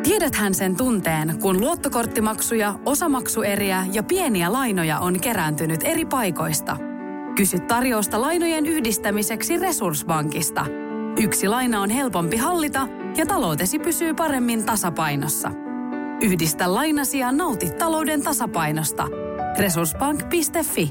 Tiedäthän sen tunteen, kun luottokorttimaksuja, osamaksueriä ja pieniä lainoja on kerääntynyt eri paikoista. Kysy tarjousta lainojen yhdistämiseksi Resurssbankista. Yksi laina on helpompi hallita ja taloutesi pysyy paremmin tasapainossa. Yhdistä lainasi ja nauti talouden tasapainosta. Resurssbank.fi.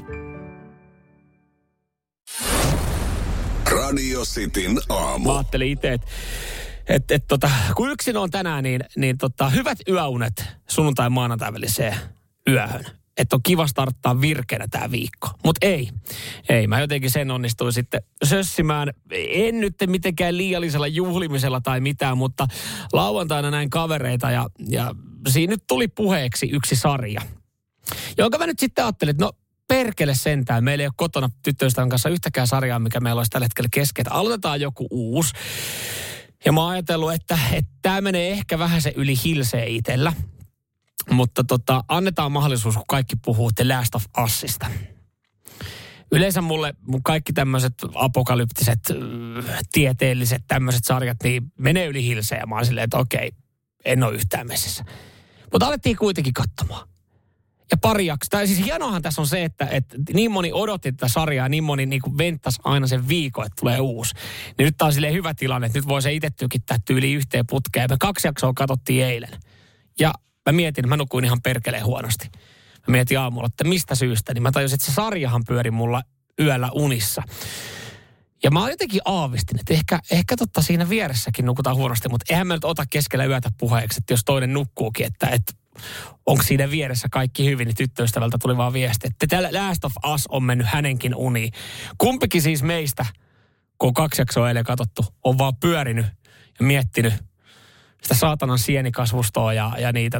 Radio Cityn aamu. Mä ajattelin itse, että kun yksin on tänään, niin hyvät yöunet sunnuntai maanantai väliseen yöhön. Että on kiva starttaa virkeänä tää viikko. Mutta ei. Mä jotenkin sen onnistuin sitten sössimään. En nyt mitenkään liiallisella juhlimisella tai mitään, mutta lauantaina näin kavereita ja siinä nyt tuli puheeksi yksi sarja, jonka mä nyt sitten ajattelin, että no perkele sentään. Meillä ei ole kotona tyttöystävän kanssa yhtäkään sarjaa, mikä meillä olisi tällä hetkellä kesken. Aloitetaan joku uusi. Ja mä oon ajatellut, että tää menee ehkä vähän se yli hilseen itsellä. Mutta annetaan mahdollisuus, kun kaikki puhuu The Last of Usista. Yleensä mun kaikki tämmöiset apokalyptiset, tieteelliset tämmöiset sarjat, niin menee yli hilseen. Ja mä oon silleen, että okei, en ole yhtään messissä. Mutta alettiin kuitenkin katsomaan. Ja pari jaksoa. Tai siis hienoahan tässä on se, että niin moni odotti tätä sarjaa, niin moni niin kuin venttasi aina sen viikon, että tulee uusi. Niin nyt tää on silleen hyvä tilanne, että nyt voi se itse tykittää tyyliin yhteen putkeen. Me 2 jaksoa katsottiin eilen. Ja mä mietin, mä nukuin ihan perkeleen huonosti. Mä mietin aamulla, että mistä syystä. Niin mä tajusin, että se sarjahan pyöri mulla yöllä unissa. Ja mä jotenkin aavistin, että ehkä siinä vieressäkin nukutaan huonosti, mutta eihän mä nyt ota keskellä yötä puheeksi, että jos toinen nukkuukin, että onko siinä vieressä kaikki hyvin, niin tyttöystävältä tuli vaan viesti, että tämä Last of Us on mennyt hänenkin uniin. Kumpikin siis meistä, kun on 2 jaksoa eilen katsottu, on vaan pyörinyt ja miettinyt sitä saatanan sienikasvustoa ja niitä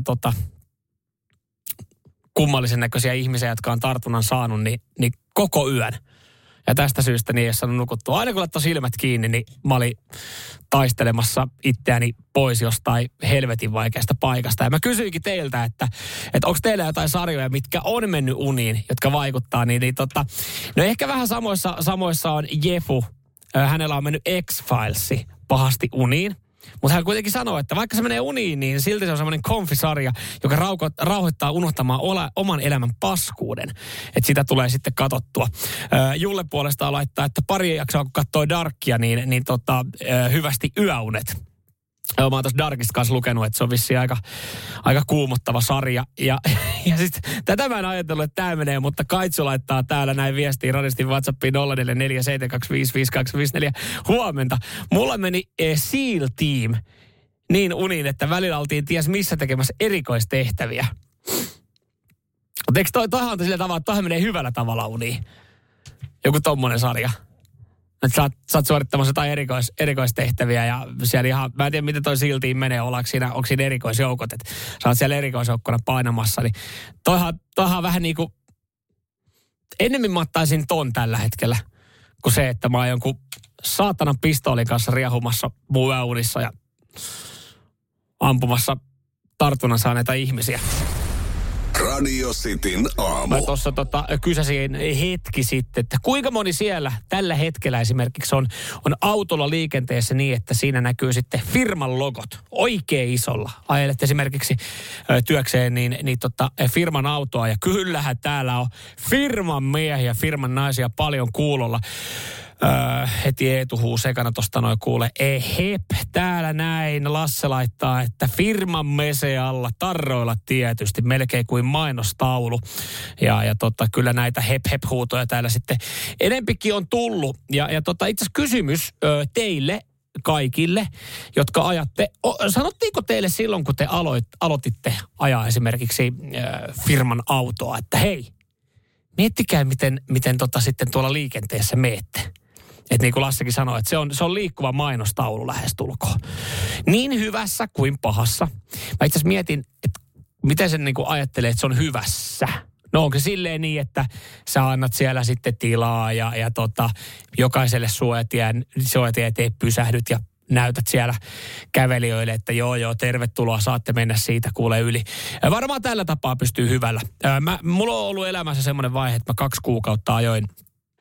kummallisen näköisiä ihmisiä, jotka on tartunnan saanut, niin koko yön. Ja tästä syystä niin ei saanut nukuttua. Aina kun laittoi silmät kiinni, niin mä olin taistelemassa itseäni pois jostain helvetin vaikeasta paikasta. Ja mä kysyinkin teiltä, että onko teillä jotain sarjoja, mitkä on mennyt uniin, jotka vaikuttaa. No ehkä vähän samoissa on Jefu. Hänellä on mennyt X-Filesi pahasti uniin. Mutta hän kuitenkin sanoo, että vaikka se menee uniin, niin silti se on semmoinen konfisarja, joka rauhoittaa unohtamaan oman elämän paskuuden. Että sitä tulee sitten katsottua. Julle puolestaan laittaa, että pari jaksoa kun katsoi Darkia, niin hyvästi yöunet. Mä oon tuossa Darkista kanssa lukenut, että se on vissiin aika kuumottava sarja. Ja sitten tätä mä en ajatellut, että tämä menee, mutta Kaitsu laittaa täällä näin viestiä radistin WhatsAppiin 0447255254. Huomenta. Mulla meni SEAL Team niin uniin, että välillä oltiin ties missä tekemässä erikoistehtäviä. Mutta eikö toihan on sillä tavalla, että toihan menee hyvällä tavalla uniin? Joku tommonen sarja. Että sä oot suorittamassa jotain erikoistehtäviä ja siellä ihan, mä en tiedä miten toi siltiin menee, onko siinä erikoisjoukot, että sä oot siellä erikoisjoukkona painamassa, niin toihan vähän niin kuin, ennemmin mä ottaisin ton tällä hetkellä, kuin se, että mä oon jonkun saatanan pistoolin kanssa riehumassa mun yöunissa ja ampumassa tartunnan saaneita ihmisiä. Radio Cityn aamu. Mä tuossa kysäsin hetki sitten, että kuinka moni siellä tällä hetkellä esimerkiksi on autolla liikenteessä niin, että siinä näkyy sitten firman logot oikein isolla. Ajelet esimerkiksi työkseen firman autoa ja kyllähän täällä on firman miehiä, firman naisia paljon kuulolla. Heti Eetu huusi ekana tosta noin kuule. Hep, täällä näin. Lasse laittaa, että firman mese alla, tarroilla tietysti, melkein kuin mainostaulu. Ja kyllä näitä hep-hep-huutoja täällä sitten enempikin on tullut. Ja itse asiassa kysymys teille kaikille, jotka ajatte. Sanottiinko teille silloin, kun te aloititte ajaa esimerkiksi firman autoa, että hei, miettikää miten sitten tuolla liikenteessä meette. Että niin kuin Lassekin sanoi, että se on liikkuva mainostaulu lähestulkoon. Niin hyvässä kuin pahassa. Mä itse asiassa mietin, että miten sen niin kuin ajattelee, että se on hyvässä. No onko silleen niin, että sä annat siellä sitten tilaa ja jokaiselle suojatieteen pysähdyt ja näytät siellä kävelijöille, että joo, tervetuloa, saatte mennä siitä kuule yli. Varmaan tällä tapaa pystyy hyvällä. Mulla on ollut elämässä semmoinen vaihe, että mä 2 kuukautta ajoin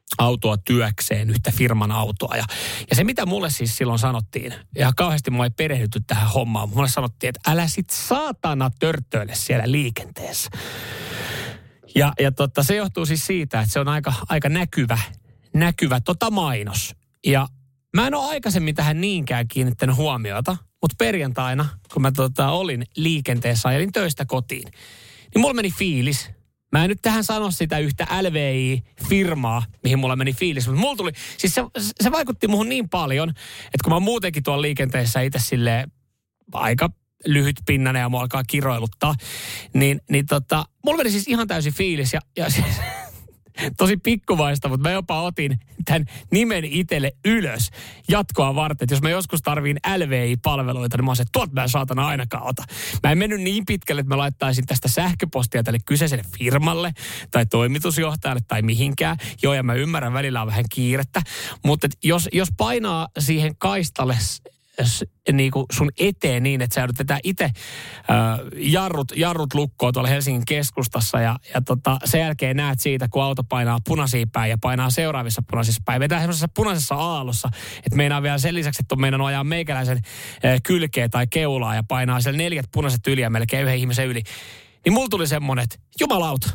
autoa työkseen, yhtä firman autoa. Ja se, mitä mulle siis silloin sanottiin, ja kauheasti mua ei perehdytty tähän hommaan, mulle sanottiin, että älä sit saatana törttöile siellä liikenteessä. Ja se johtuu siis siitä, että se on aika näkyvä mainos. Ja mä en ole aikaisemmin tähän niinkään kiinnittänyt huomiota, mutta perjantaina, kun mä olin liikenteessä, ajelin töistä kotiin, niin mulla meni fiilis. Mä en nyt tähän sano sitä yhtä LVI-firmaa, mihin mulla meni fiilis, mutta mulla tuli, siis se vaikutti muhun niin paljon, että kun mä muutenkin tuolla liikenteessä itse silleen aika lyhyt pinnanen ja mua alkaa kiroiluttaa, niin mulla meni siis ihan täysin fiilis ja siis, tosi pikkuvaista, mutta mä jopa otin tämän nimen itselle ylös jatkoa varten. Jos mä joskus tarviin LVI-palveluita, niin mä oon se, että tuolta mä en saatana ainakaan ota. Mä en mennyt niin pitkälle, että mä laittaisin tästä sähköpostia tälle kyseiselle firmalle tai toimitusjohtajalle tai mihinkään. Joo, ja mä ymmärrän, välillä on vähän kiirettä. Mutta jos painaa siihen kaistalle niin kuin sun eteen niin, että sä joudut vetää itse jarrut lukkoon tuolla Helsingin keskustassa ja sen jälkeen näet siitä, kun auto painaa punaisia päin ja painaa seuraavissa punaisissa päin. Vetää semmoisessa punaisessa aallossa, että meinaa vielä sen lisäksi, että on meinannut ajaa meikäläisen kylkeä tai keulaa ja painaa siellä 4 punaiset yli ja melkein yhden ihmisen yli. Niin mulla tuli semmoinen, että jumalauta,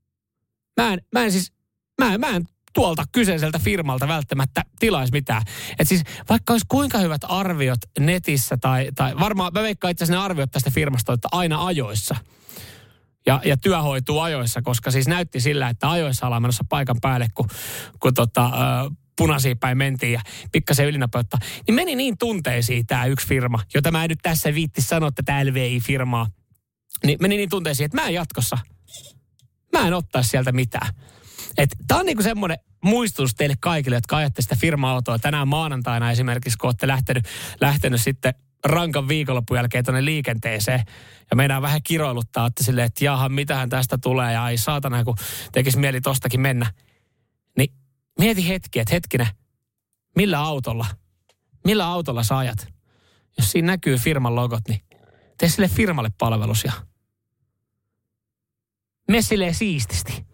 mä en tuolta kyseiseltä firmalta välttämättä tilaisi mitään. Että siis vaikka olisi kuinka hyvät arviot netissä tai varmaan mä veikkaan itse asiassa ne arviot tästä firmasta, että aina ajoissa. Ja työ hoituu ajoissa, koska siis näytti sillä, että ajoissa ollaan menossa paikan päälle, kun punaisiin päin mentiin ja pikkasen ylinopeutta. Niin meni niin tunteisiin tämä yksi firma, jota mä en nyt tässä viitti sanoa, että tämä LVI-firmaa. Niin meni niin tunteisiin, että mä en ottaisi sieltä mitään. Tämä on niinku semmoinen muistutus teille kaikille, jotka ajatte sitä firma-autoa tänään maanantaina esimerkiksi, kun olette lähtenyt sitten rankan viikonlopun jälkeen tuonne liikenteeseen. Ja meidän vähän kiroiluttaa, että silleen, että jaha, mitähän tästä tulee ja ai saatana, kun tekisi mieli tostakin mennä. Niin mieti hetkinen, millä autolla sä ajat? Jos siinä näkyy firman logot, niin tee sille firmalle palvelus ja mene silleen siististi.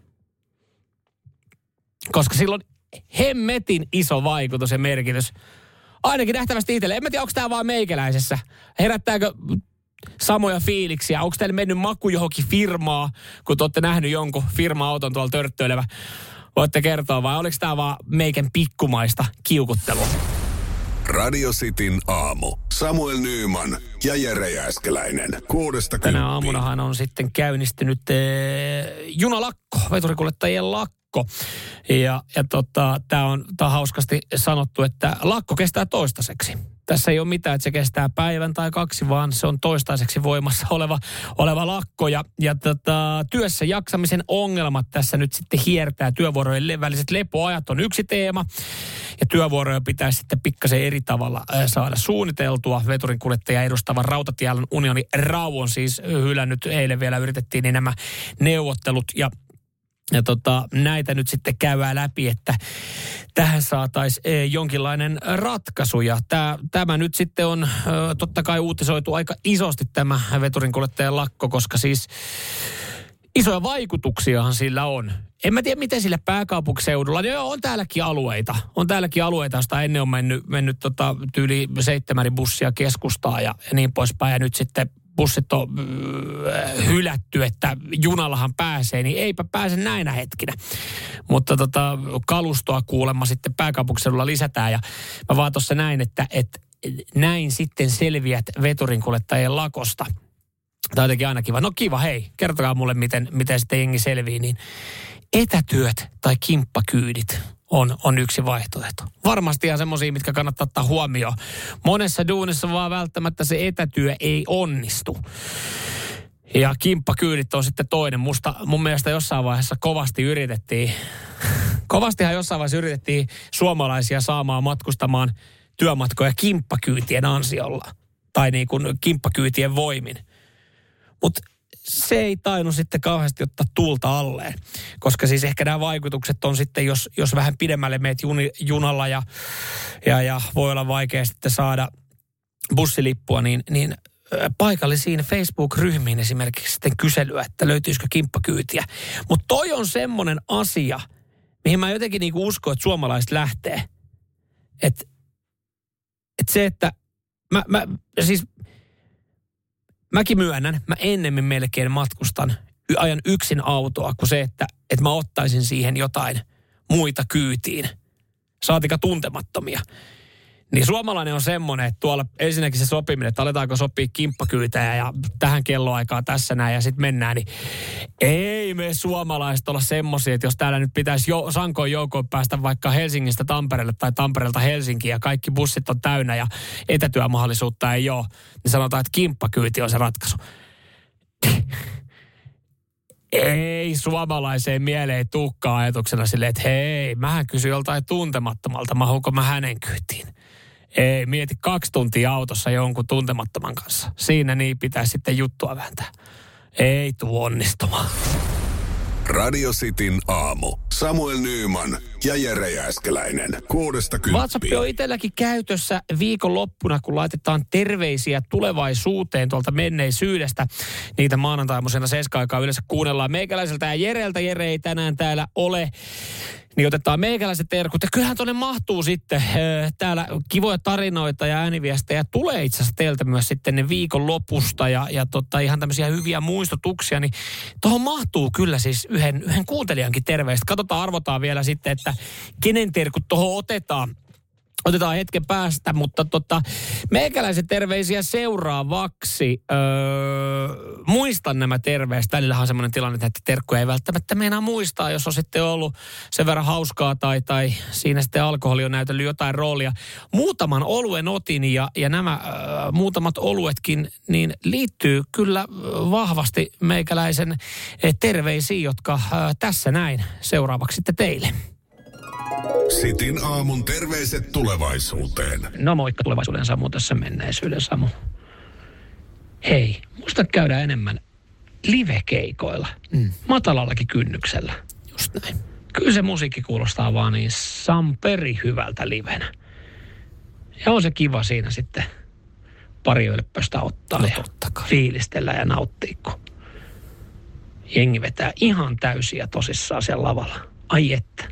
Koska silloin hemmetin iso vaikutus ja merkitys. Ainakin nähtävästi itselle. En mä tiedä, onko tämä vaan meikäläisessä. Herättääkö samoja fiiliksiä? Onko teille mennyt maku johonkin firmaa, kun te olette nähnyt jonkun firma-auton tuolla törttöilevä? Voitte kertoa, vai oliko tämä vaan meikän pikkumaista kiukuttelua? Radio Cityn aamu. Samuel Nyyman ja Jere Jääskeläinen. 6-10. Tänä aamunahan on sitten käynnistynyt junalakko, veturikuljettajien lakko. Ja tämä on hauskasti sanottu, että lakko kestää toistaiseksi. Tässä ei ole mitään, että se kestää päivän tai 2, vaan se on toistaiseksi voimassa oleva lakko. Ja työssä jaksamisen ongelmat tässä nyt sitten hiertää. Työvuorojen väliset lepoajat on yksi teema. Ja työvuoroja pitäisi sitten pikkasen eri tavalla saada suunniteltua. Veturinkuljettaja edustavan Rautatiealan unioni RAU on siis hylännyt. Eilen vielä yritettiin niin nämä neuvottelut ja näitä nyt sitten käydään läpi, että tähän saataisiin jonkinlainen ratkaisu. Ja tämä nyt sitten on totta kai uutisoitu aika isosti tämä veturinkuljettajan lakko, koska siis isoja vaikutuksiahan sillä on. En mä tiedä, miten sillä pääkaupunkiseudulla, niin on täälläkin alueita. On täälläkin alueita, josta ennen on mennyt tyyli 7 bussia keskustaan ja niin poispäin. Ja nyt sitten bussit on hylätty, että junallahan pääsee, niin eipä pääse näinä hetkinä. Mutta kalustoa kuulemma sitten pääkaupunkiseudulla lisätään ja mä vaan tuossa näin, että näin sitten selviät veturinkuljettajien lakosta. Tämä on jotenkin aina kiva. No kiva, hei, kertokaa mulle, miten sitten jengi selvii, niin etätyöt tai kimppakyydit on yksi vaihtoehto. Varmasti ihan semmoisia, mitkä kannattaa ottaa huomioon. Monessa duunissa vaan välttämättä se etätyö ei onnistu. Ja kimppakyydit on sitten toinen. Mun mielestä jossain vaiheessa kovastihan jossain vaiheessa yritettiin suomalaisia saamaan matkustamaan työmatkoja kimppakyytien ansiolla. Tai niin kuin kimppakyytien voimin. Mutta se ei tainnut sitten kauheasti ottaa tulta alleen. Koska siis ehkä nämä vaikutukset on sitten, jos vähän pidemmälle meet junalla ja voi olla vaikea sitten saada bussilippua, niin paikallisiin Facebook-ryhmiin esimerkiksi sitten kyselyä, että löytyisikö kimppakyytiä. Mutta toi on semmoinen asia, mihin mä jotenkin niinku uskon, että suomalaiset lähtee. Että se, että mäkin myönnän, mä ennemmin melkein matkustan, ajan yksin autoa, kuin se, että mä ottaisin siihen jotain muita kyytiin, saatika tuntemattomia. Niin suomalainen on semmoinen, että tuolla ensinnäkin se sopiminen, että aletaanko sopia kimppakyytejä ja tähän kelloaikaan tässä näin ja sitten mennään, niin ei me suomalaiset olla semmoisia, että jos täällä nyt pitäisi sankoin joukoin päästä vaikka Helsingistä Tampereelle tai Tampereelta Helsinkiin ja kaikki bussit on täynnä ja etätyömahdollisuutta ei ole, niin sanotaan, että kimppakyyti on se ratkaisu. Ei suomalaiseen mieleen tuukkaan ajatuksena silleen, että hei, mähän kysyn joltain tuntemattomalta, mahuuko mä hänen kyytiin. Ei, mieti 2 tuntia autossa jonkun tuntemattoman kanssa. Siinä niin pitää sitten juttua vääntää. Ei tuu onnistumaan. Radio Cityn aamu. Samuel Nyyman ja Jere Jääskeläinen. 6-10. WhatsApp on itselläkin käytössä viikonloppuna, kun laitetaan terveisiä tulevaisuuteen tuolta menneisyydestä. Niitä maanantaimusena 7 yleensä kuunnellaan meikäläiseltä ja Jereltä. Jere ei tänään täällä ole. Niin otetaan meikäläiset terkut. Ja kyllähän tuonne mahtuu sitten täällä kivoja tarinoita ja ääniviestejä. Tulee itse asiassa teiltä myös sitten ne viikonlopusta ja ihan tämmöisiä hyviä muistutuksia. Niin tuohon mahtuu kyllä siis yhden kuuntelijankin terveistä. Katsotaan, arvotaan vielä sitten, että kenen terkut tuohon otetaan. Otetaan hetken päästä, mutta meikäläisen terveisiä seuraavaksi. Muistan nämä terveiset. Välillähän on semmoinen tilanne, että terkkuja ei välttämättä meinaa muistaa, jos on sitten ollut sen verran hauskaa tai siinä sitten alkoholi on näytellyt jotain roolia. Muutaman oluen otin ja nämä muutamat oluetkin niin liittyy kyllä vahvasti meikäläisen terveisiin, jotka tässä näin seuraavaksi sitten teille. Cityn aamun terveiset tulevaisuuteen. No moikka tulevaisuuden Samu, tässä menneisyyden Samu. Hei, muista käydä enemmän live-keikoilla. Matalallakin kynnyksellä. Just näin. Kyllä se musiikki kuulostaa vaan niin samperi hyvältä livenä. Ja on se kiva siinä sitten pari ölppöstä ottaa ja fiilistellä ja nauttia, kun jengi vetää ihan täysiä tosissaan siellä lavalla. Ai että.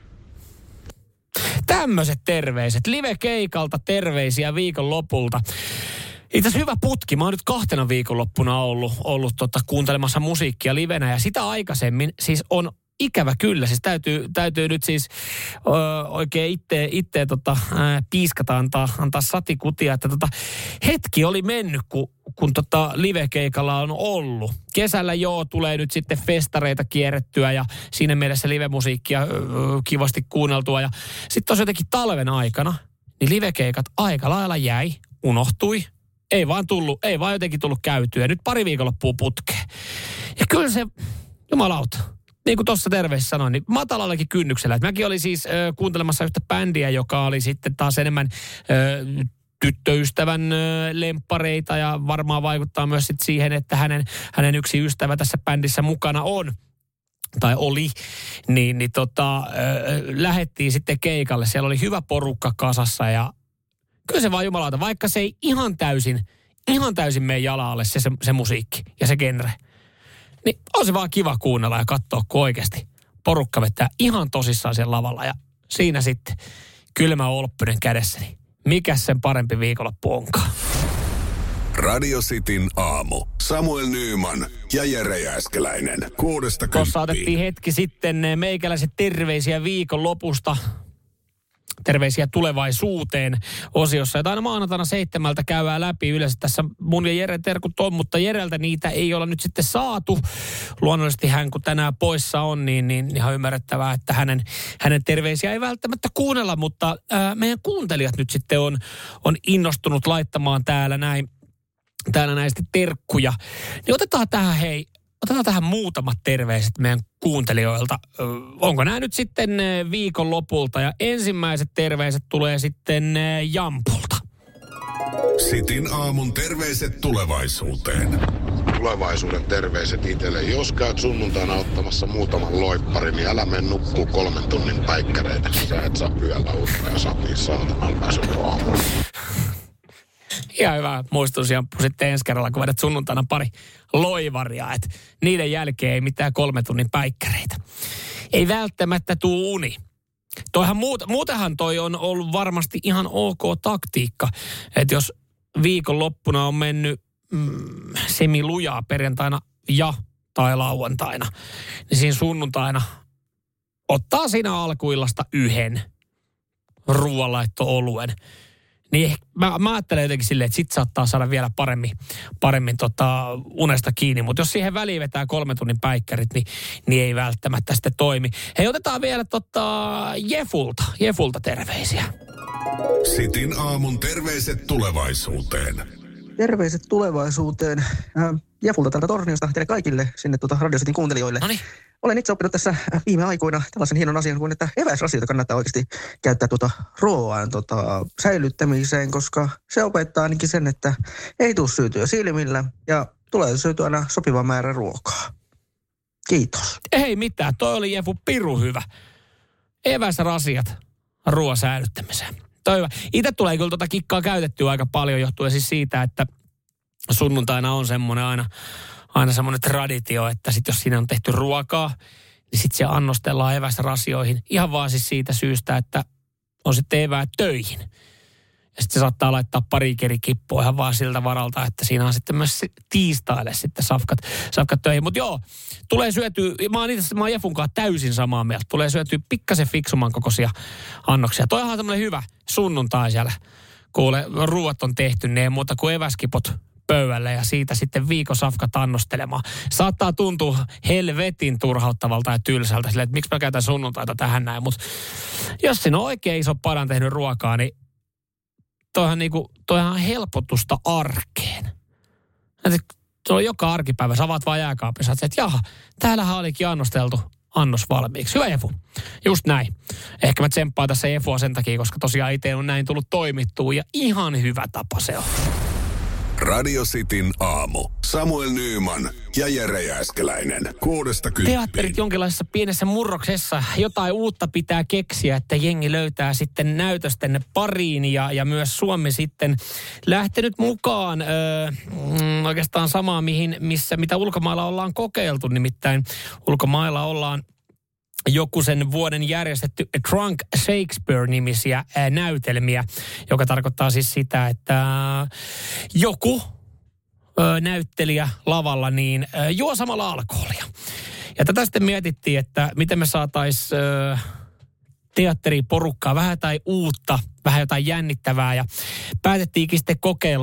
Tämmöiset terveiset. Live-keikalta terveisiä viikonlopulta. Itse asiassa hyvä putki. Mä oon nyt 2 viikonloppuna ollut kuuntelemassa musiikkia livenä. Ja sitä aikaisemmin siis on ikävä kyllä. Siis täytyy nyt siis oikein itse piiskata, antaa satikutia. Että hetki oli mennyt, kun live-keikalla on ollut. Kesällä tulee nyt sitten festareita kierrettyä ja siinä mielessä live-musiikkia kivasti kuunneltua. Ja sitten tosiaan jotenkin talven aikana, niin live-keikat aika lailla jäi, unohtui. Ei vaan jotenkin tullut käytyä. Nyt 2 viikonloppua putkeen. Ja kyllä se, jumalauta, niin kuin tuossa terveessä sanoin, niin matalallakin kynnyksellä. Et mäkin olin siis kuuntelemassa yhtä bändiä, joka oli sitten taas enemmän tyttöystävän lemppareita ja varmaan vaikuttaa myös sit siihen, että hänen yksi ystävä tässä bändissä mukana on tai oli, niin lähdettiin sitten keikalle. Siellä oli hyvä porukka kasassa ja kyllä se vaan jumalauta, vaikka se ei ihan täysin mene jalalle se musiikki ja se genre, niin on se vaan kiva kuunnella ja katsoa, kun oikeasti porukka vetää ihan tosissaan siellä lavalla ja siinä sitten kylmä olppinen kädessäni. Mikäs sen parempi viikonloppu onkaan? Radio Cityn aamu. Samuel Nyyman ja Jere Jääskeläinen. 6-10. Tuossa otettiin hetki sitten meikäläiset terveisiä viikonlopusta. Terveisiä tulevaisuuteen osiossa. Ja aina maanantaina 7 käydään läpi. Yleensä tässä mun ja Jeren terkut on, mutta Jereltä niitä ei olla nyt sitten saatu. Luonnollisesti hän, kun tänään poissa on, niin ihan ymmärrettävää, että hänen terveisiä ei välttämättä kuunnella. Mutta meidän kuuntelijat nyt sitten on innostunut laittamaan täällä näistä terkkuja. Niin otetaan tähän muutamat terveiset meidän kuuntelijoilta. Onko nämä nyt sitten viikonlopulta? Ja ensimmäiset terveiset tulee sitten Jampulta. Cityn aamun terveiset tulevaisuuteen. Tulevaisuuden terveiset itselle. Jos käyt sunnuntaina ottamassa muutaman loipparin, niin älä mene nukkuu 3 tunnin päikkäreitä. Sä et saa yöllä uutta ja saat niin saatanan väsynyt aamulla. Ihan hyvä muistutus, Jamppu, sitten ensi kerralla, kun vedät sunnuntaina pari loivaria, että niiden jälkeen ei mitään 3 tunnin päikkäreitä. ei välttämättä tuu uni. Muutenhan toi on ollut varmasti ihan ok taktiikka, että jos viikonloppuna on mennyt semilujaa perjantaina tai lauantaina, niin siinä sunnuntaina ottaa siinä alkuillasta yhden ruoanlaitto-oluen. Niin mä ajattelen jotenkin silleen, että sit saattaa saada vielä paremmin unesta kiinni. Mutta jos siihen väliin vetää 3 tunnin päikkärit, niin ei välttämättä sitten toimi. Hei, otetaan vielä Jefulta terveisiä. Sitin aamun terveiset tulevaisuuteen. Terveiset tulevaisuuteen. Jefulta täältä Torniosta teille kaikille sinne Radio Cityn kuuntelijoille. Noniin. Olen itse oppinut tässä viime aikoina tällaisen hienon asian kuin, että eväsrasioita kannattaa oikeasti käyttää ruoan säilyttämiseen, koska se opettaa ainakin sen, että ei tule syytyä silmillä ja tulee syytyä aina sopiva määrä ruokaa. Kiitos. Ei mitään, toi oli Jefu piru hyvä. Eväsrasiat ruoan säilyttämiseen. Toi hyvä. Itse tulee kyllä kikkaa käytettyä aika paljon johtuen siis siitä, että sunnuntaina on semmoinen aina semmoinen traditio, että sit jos siinä on tehty ruokaa, niin sitten se annostellaan eväsrasioihin. Ihan vaan siis siitä syystä, että on sitten eväät töihin. Ja sitten se saattaa laittaa pari kippua ihan vaan siltä varalta, että siinä on sitten myös tiistaille sitten safkat töihin. Mutta joo, tulee syötyä, mä oon Jefun kanssa täysin samaa mieltä. Tulee syötyä pikkasen fiksuman kokoisia annoksia. Toihan on semmoinen hyvä sunnuntai siellä. Kuule, ruuat on tehty, ne ei muuta kuin eväskipot pöydälle ja siitä sitten viikon safkat annostelemaan. Saattaa tuntua helvetin turhauttavalta ja tylsältä silleen, että miksi mä käytän sunnuntaita tähän näin. Mutta jos siinä on oikein iso padan tehnyt ruokaa, niin toihan on helpotusta arkeen. Se on joka arkipäivä, sä avaat vaan jääkaapin, sä että jaha, täällähän olikin annosteltu annos valmiiksi. Hyvä Jefu. Just näin. Ehkä mä tsemppaan tässä Jefua sen takia, koska tosiaan itse on näin tullut toimittua ja ihan hyvä tapa se on. Radio Cityn aamu. Samuel Nyyman ja Jere Jääskeläinen. 6-10. Teatterit jonkinlaisessa pienessä murroksessa. Jotain uutta pitää keksiä, että jengi löytää sitten näytösten pariin ja myös Suomi sitten lähtenyt mukaan oikeastaan samaa, mitä ulkomailla ollaan kokeiltu. Nimittäin ulkomailla ollaan joku sen vuoden järjestetty Drunk Shakespeare-nimisiä näytelmiä, joka tarkoittaa siis sitä, että joku näyttelijä lavalla niin juo samalla alkoholia. Ja tätä sitten mietittiin, että miten me saataisiin teatteriporukkaa, vähän jotain uutta, vähän jotain jännittävää ja päätettiinkin sitten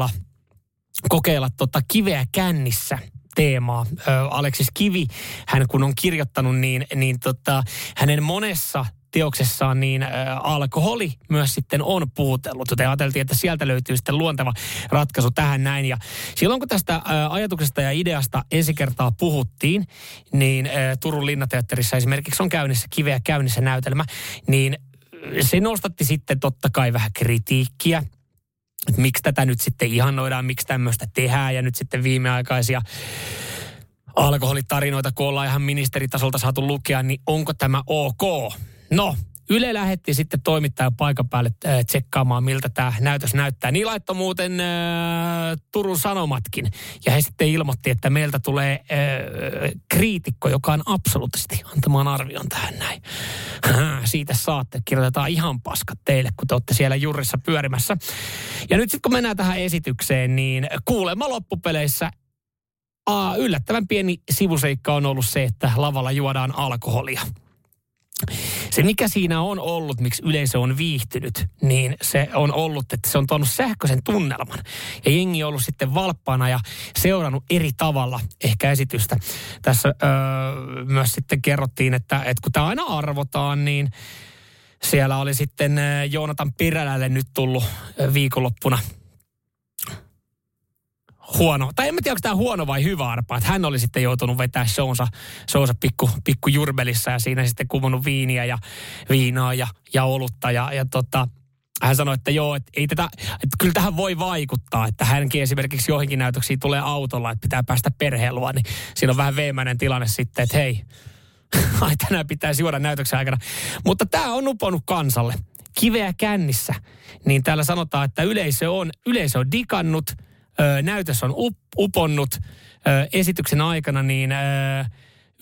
kokeilla kiveä kännissä teemaa. Aleksis Kivi, hän kun on kirjoittanut, niin hänen monessa teoksessaan niin alkoholi myös sitten on puhutellut. Joten ajateltiin, että sieltä löytyy sitten luonteva ratkaisu tähän näin. Ja silloin kun tästä ajatuksesta ja ideasta ensi kertaa puhuttiin, niin Turun Linnateatterissa esimerkiksi on kiveä käynnissä näytelmä, niin se nostatti sitten totta kai vähän kritiikkiä. Että miksi tätä nyt sitten ihannoidaan, miksi tämmöistä tehdään ja nyt sitten viimeaikaisia alkoholitarinoita, kun ollaan ihan ministeritasolta saatu lukea, niin onko tämä ok? No, Yle lähetti sitten toimittajan paikan päälle tsekkaamaan, miltä tämä näytös näyttää. Niin laittoi muuten Turun Sanomatkin. Ja he sitten ilmoitti, että meiltä tulee kriitikko, joka on absoluuttisesti antamaan arvion tähän näin. Siitä saatte. Kirjoitetaan ihan paskat teille, kun te olette siellä jurissa pyörimässä. Ja nyt sitten kun mennään tähän esitykseen, niin kuulemma loppupeleissä yllättävän pieni sivuseikka on ollut se, että lavalla juodaan alkoholia. Se, mikä siinä on ollut, miksi yleisö on viihtynyt, niin se on ollut, että se on tuonut sähköisen tunnelman. Ja jengi on ollut sitten valppaana ja seurannut eri tavalla ehkä esitystä. Tässä myös sitten kerrottiin, että kun tämä aina arvotaan, niin siellä oli sitten Joonatan Pirälälle nyt tullut viikonloppuna huono, tai en mä tiedä, onko tämä huono vai hyvä arpa, että hän oli sitten joutunut vetää showsa pikku jurbelissa ja siinä sitten kuvannut viinaa ja olutta ja hän sanoi, että joo, että ei tätä, että kyllä tähän voi vaikuttaa, että hänkin esimerkiksi joihinkin näytöksiin tulee autolla, että pitää päästä perheen luo, niin siinä on vähän veemäinen tilanne sitten, että hei, tänään pitäisi juoda näytöksen aikana. Mutta tämä on uponnut kansalle. Kiveä kännissä, niin täällä sanotaan, että yleisö on digannut, näytös on uponnut esityksen aikana, niin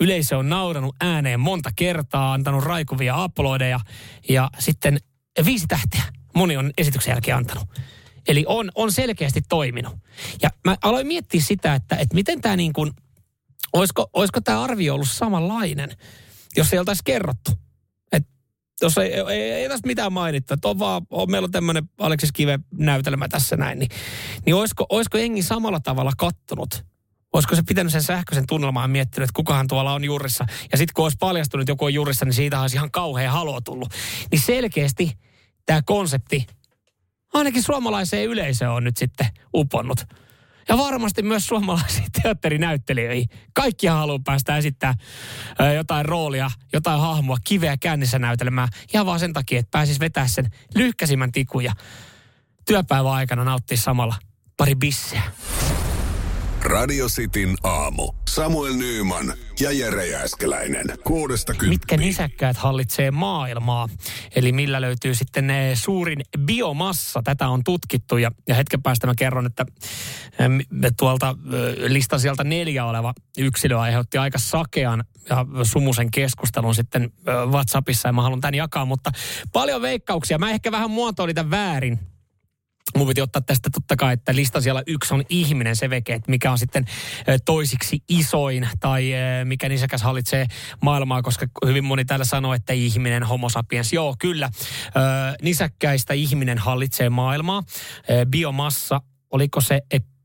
Yleisö on nauranut ääneen monta kertaa, antanut raikuvia aplodeja ja sitten 5 tähteä moni on esityksen jälkeen antanut. Eli on selkeästi toiminut. Ja mä aloin miettiä sitä, että miten tämä niin kuin, olisiko tämä arvio ollut samanlainen, jos ei oltaisi kerrottu. Jos ei tässä mitään mainittu, että meillä on tämmöinen Aleksis Kiven näytelmä tässä näin, niin olisiko jengi samalla tavalla kattonut? Olisiko se pitänyt sen sähköisen tunnelmaan miettinyt, että kukahan tuolla on jurissa? Ja sitten kun olisi paljastunut, että joku on jurissa, niin siitä olisi ihan kauhean haloo tullut. Niin selkeästi tämä konsepti ainakin suomalaiseen yleisöön on nyt sitten uponnut. Ja varmasti myös suomalaisiin teatterinäyttelijöihin. Kaikkihan haluaa päästä esittämään jotain roolia, jotain hahmoa, kiveä kännissä näytelmään. Ihan vaan sen takia, että pääsisi vetää sen lyhkäisimmän tikun ja työpäivän aikana nauttia samalla pari bisseä. Radio Cityn aamu. Samuel Nyyman ja Jere Jääskeläinen. 6-10. Mitkä nisäkkäät hallitsee maailmaa? Eli millä löytyy sitten suurin biomassa? Tätä on tutkittu ja hetken päästä mä kerron, että tuolta listan sieltä 4 oleva yksilö aiheutti aika sakean ja sumusen keskustelun sitten WhatsAppissa ja mä haluan tämän jakaa, mutta paljon veikkauksia. Mä ehkä vähän muotoilin tämän väärin. Mun piti ottaa tästä totta kai, että lista siellä 1 on ihminen, se veke, että mikä on sitten toisiksi isoin tai mikä nisäkäs hallitsee maailmaa, koska hyvin moni täällä sanoo, että ihminen, homo sapiens. Joo, kyllä. Nisäkkäistä ihminen hallitsee maailmaa. Biomassa, oliko se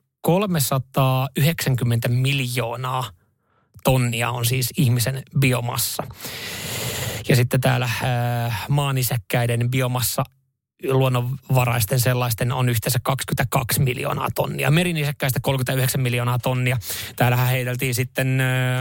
390 miljoonaa tonnia on siis ihmisen biomassa. Ja sitten täällä maanisäkkäiden biomassa luonnonvaraisten sellaisten on yhteensä 22 miljoonaa tonnia. Merinisäkkäistä 39 miljoonaa tonnia. Täällähän heiteltiin sitten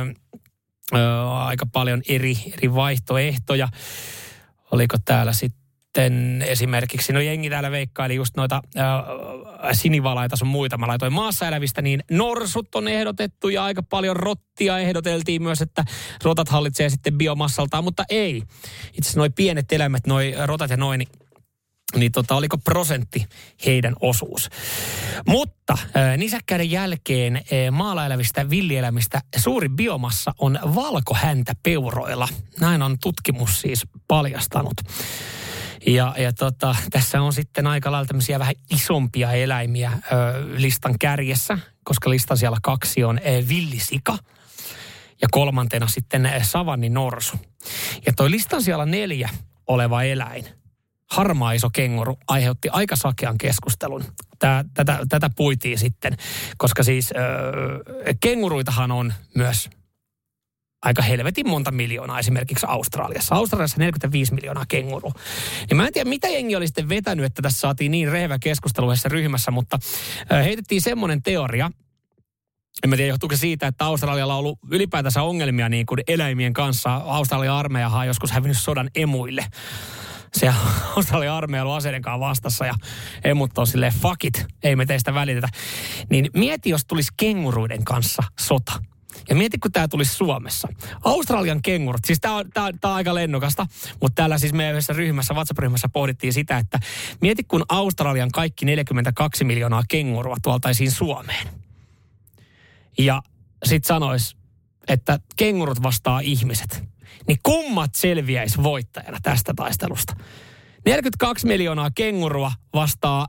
aika paljon eri vaihtoehtoja. Oliko täällä sitten esimerkiksi, no jengi täällä veikkaili just noita sinivalaita sun muita. Mä laitoin maassa elävistä, niin norsut on ehdotettu ja aika paljon rottia ehdoteltiin myös, että rotat hallitsee sitten biomassaltaan, mutta ei. Itse asiassa noi pienet eläimet, noi rotat ja noin, niin oliko prosentti heidän osuus. Mutta nisäkkäiden jälkeen maalla elävistä villielämistä suurin biomassa on valkohäntäpeuroilla. Näin on tutkimus siis paljastanut. Ja tässä on sitten aika lailla tämmöisiä vähän isompia eläimiä listan kärjessä, koska listan siellä 2 on villisika ja 3 sitten savanninorsu. Ja toi listan siellä 4 oleva eläin, harmaa iso kenguru, aiheutti aika sakean keskustelun. Tätä puitiin sitten, koska siis kenguruitahan on myös aika helvetin monta miljoonaa esimerkiksi Australiassa. Australiassa 45 miljoonaa kengurua. Ja mä en tiedä, mitä jengi oli sitten vetänyt, että tässä saatiin niin rehevä keskustelu tässä ryhmässä, mutta heitettiin semmoinen teoria, en mä tiedä, johtuuko siitä, että Australialla on ollut ylipäätänsä ongelmia niin kuin eläimien kanssa. Australian armeijahan on joskus hävinnyt sodan emuille. Se Australian armeija on ollut aseiden kanssa vastassa ja emut on silleen, fuck it, ei me teistä välitetä. Niin mieti, jos tulisi kenguruiden kanssa sota. Ja mieti, kun tämä tulisi Suomessa. Australian kengurut, siis tämä on aika lennokasta, mutta täällä siis meidän yhdessä ryhmässä, WhatsApp-ryhmässä pohdittiin sitä, että mieti, kun Australian kaikki 42 miljoonaa kengurua tuoltaisiin Suomeen. Ja sitten sanois, että kengurut vastaa ihmiset. Niin kummat selviäisi voittajana tästä taistelusta? 42 miljoonaa kengurua vastaa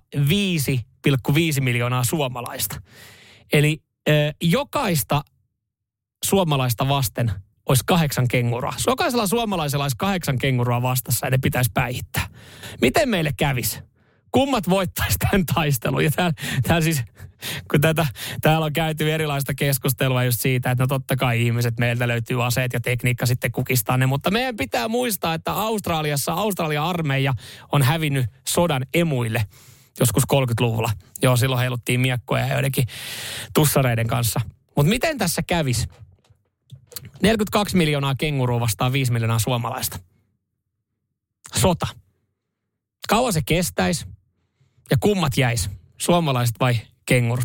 5,5 miljoonaa suomalaista. Eli jokaista suomalaista vasten olisi 8 kengurua. Jokaisella suomalaisella olisi 8 kengurua vastassa ja ne pitäisi päihittää. Miten meille kävisi? Kummat voittaisi tämän taistelun? Ja täällä siis, kun täällä on käyty erilaista keskustelua just siitä, että no totta kai ihmiset, meiltä löytyy aseet ja tekniikka sitten kukistaa ne, mutta meidän pitää muistaa, että Australian armeija on hävinnyt sodan emuille joskus 30-luvulla. Joo, silloin heiluttiin miekkoja ja joidenkin tussareiden kanssa. Mutta miten tässä kävisi? 42 miljoonaa kengurua vastaan 5 miljoonaa suomalaista. Sota. Kauan se kestäisi ja kummat jäis? Suomalaiset vai kengurut?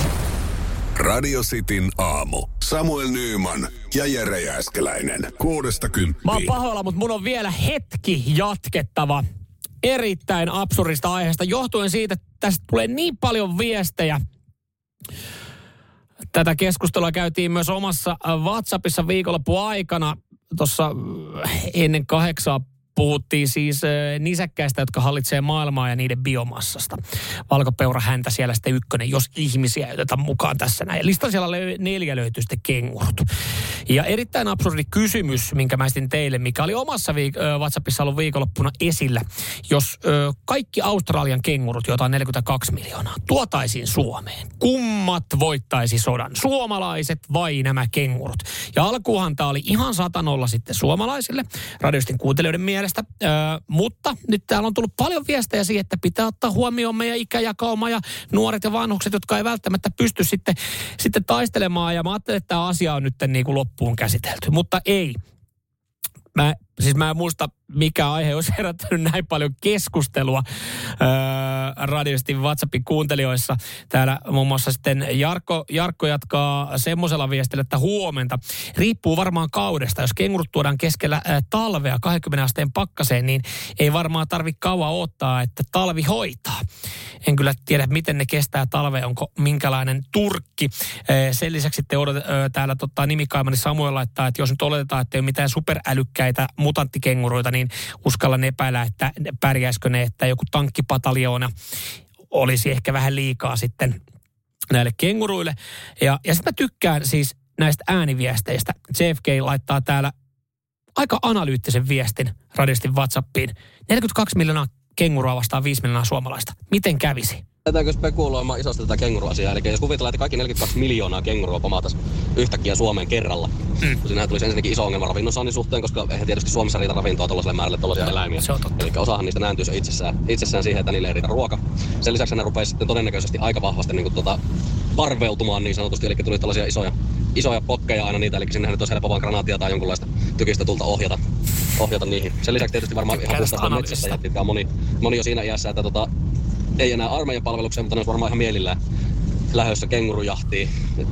Radio Cityn aamu. Samuel Nyyman ja Jere Jääskeläinen. 6-10. Mä oon pahoilla, mutta mun on vielä hetki jatkettava erittäin absurdista aiheesta johtuen siitä, että tästä tulee niin paljon viestejä Tätä keskustelua käytiin myös omassa WhatsAppissa viikonlopun aikana. Tuossa ennen 8 puhuttiin siis nisäkkäistä, jotka hallitsee maailmaa ja niiden biomassasta. Valkopeura häntä siellä sitten 1, jos ihmisiä ei oteta mukaan tässä näin. Listan siellä 4 löytyy sitten kengurut. Ja erittäin absurdi kysymys, minkä mä esitin teille, mikä oli omassa WhatsAppissa ollut viikonloppuna esillä. Jos kaikki Australian kengurut, joita on 42 miljoonaa, tuotaisiin Suomeen, kummat voittaisi sodan? Suomalaiset vai nämä kengurut? Ja alkuuhan tämä oli ihan 100-0 sitten suomalaisille, radiostin kuuntelijoiden mielestä. Mutta nyt täällä on tullut paljon viestejä siihen, että pitää ottaa huomioon meidän ikäjakauma ja nuoret ja vanhukset, jotka ei välttämättä pysty sitten taistelemaan. Ja mä ajattelin, että tämä asia on nyt niin kuin loppuun käsitelty, mutta ei. Mä en muista, mikä aihe olisi herättänyt näin paljon keskustelua radiosti WhatsAppin kuuntelijoissa. Täällä muun muassa sitten Jarkko jatkaa semmoisella viestillä, että huomenta. Riippuu varmaan kaudesta. Jos kengurut tuodaan keskellä talvea 20 asteen pakkaseen, niin ei varmaan tarvitse kauan odottaa, että talvi hoitaa. En kyllä tiedä, miten ne kestää talvea, onko minkälainen turkki. Sen lisäksi sitten täällä nimikaimani Samuel laittaa, että jos nyt oletetaan, että ei ole mitään superälykkäitä mutanttikenguruita, niin uskallan epäillä, että pärjäisikö ne, että joku tankkipataljoona olisi ehkä vähän liikaa sitten näille kenguruille. Ja sitten mä tykkään siis näistä ääniviesteistä. JFK laittaa täällä aika analyyttisen viestin radistin WhatsAppiin. 42 miljoonaa kengurua vastaan 5 miljoonaa suomalaista. Miten kävisi? Lähdetäänkö spekuloimaan isosti tätä kenguru-asiaa? Eli jos kuvitellaan, että kaikki 42 miljoonaa kengurua pomaatas yhtäkkiä Suomeen kerralla. Siinähän tulisi ensinnäkin iso ongelma ravinnonsaannin suhteen, koska eihän tietysti Suomessa riitä ravintoa tuollaiselle määrälle tuollaisia eläimiä. Se on totta. Eli osahan niistä nääntyisi itsessään siihen, että niille ei riitä ruoka. Sen lisäksi ne rupeisi sitten todennäköisesti aika vahvasti parveutumaan niin sanotusti. Eli tuli tällaisia isoja pokkeja aina niitä, eli sinnehän nyt olisi helppo vaan granaatia tai jonkunlaista tykistä tulta ohjata niihin. Sen lisäksi tietysti varmaan ihan puhtaasti metsässä jättää moni jo siinä iässä, että ei enää armeijan palvelukseen, mutta ne olisi varmaan ihan mielillään lähdössä kengurujahtiin.